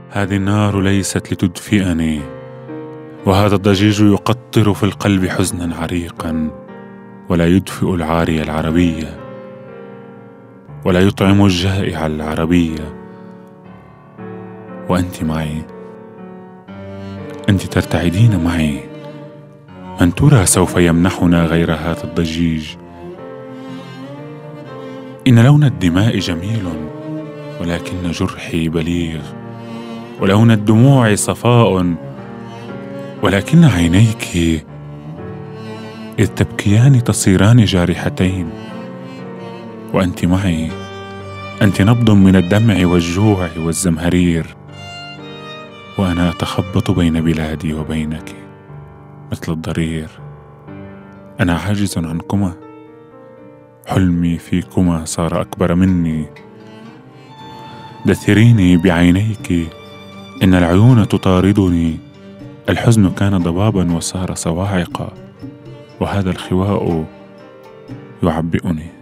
هذه النار ليست لتدفئني، وهذا الضجيج يقطر في القلب حزنا عريقا، ولا يدفئ العارية العربية، ولا يطعم الجائع العربية. وأنت معي، أنت ترتعدين معي. من ترى سوف يمنحنا غير هذا الضجيج؟ إن لون الدماء جميل، ولكن جرحي بليغ، ولون الدموع صفاء، ولكن عينيك إذ تبكيان تصيران جارحتين. وأنت معي، أنت نبض من الدمع والجوع والزمهرير، وأنا أتخبط بين بلادي وبينك مثل الضرير. أنا عاجز عنكما، حلمي فيكما صار أكبر مني. دثريني بعينيك، إن العيون تطاردني. الحزن كان ضبابا وصار صواعق، وهذا الخواء يعبئني.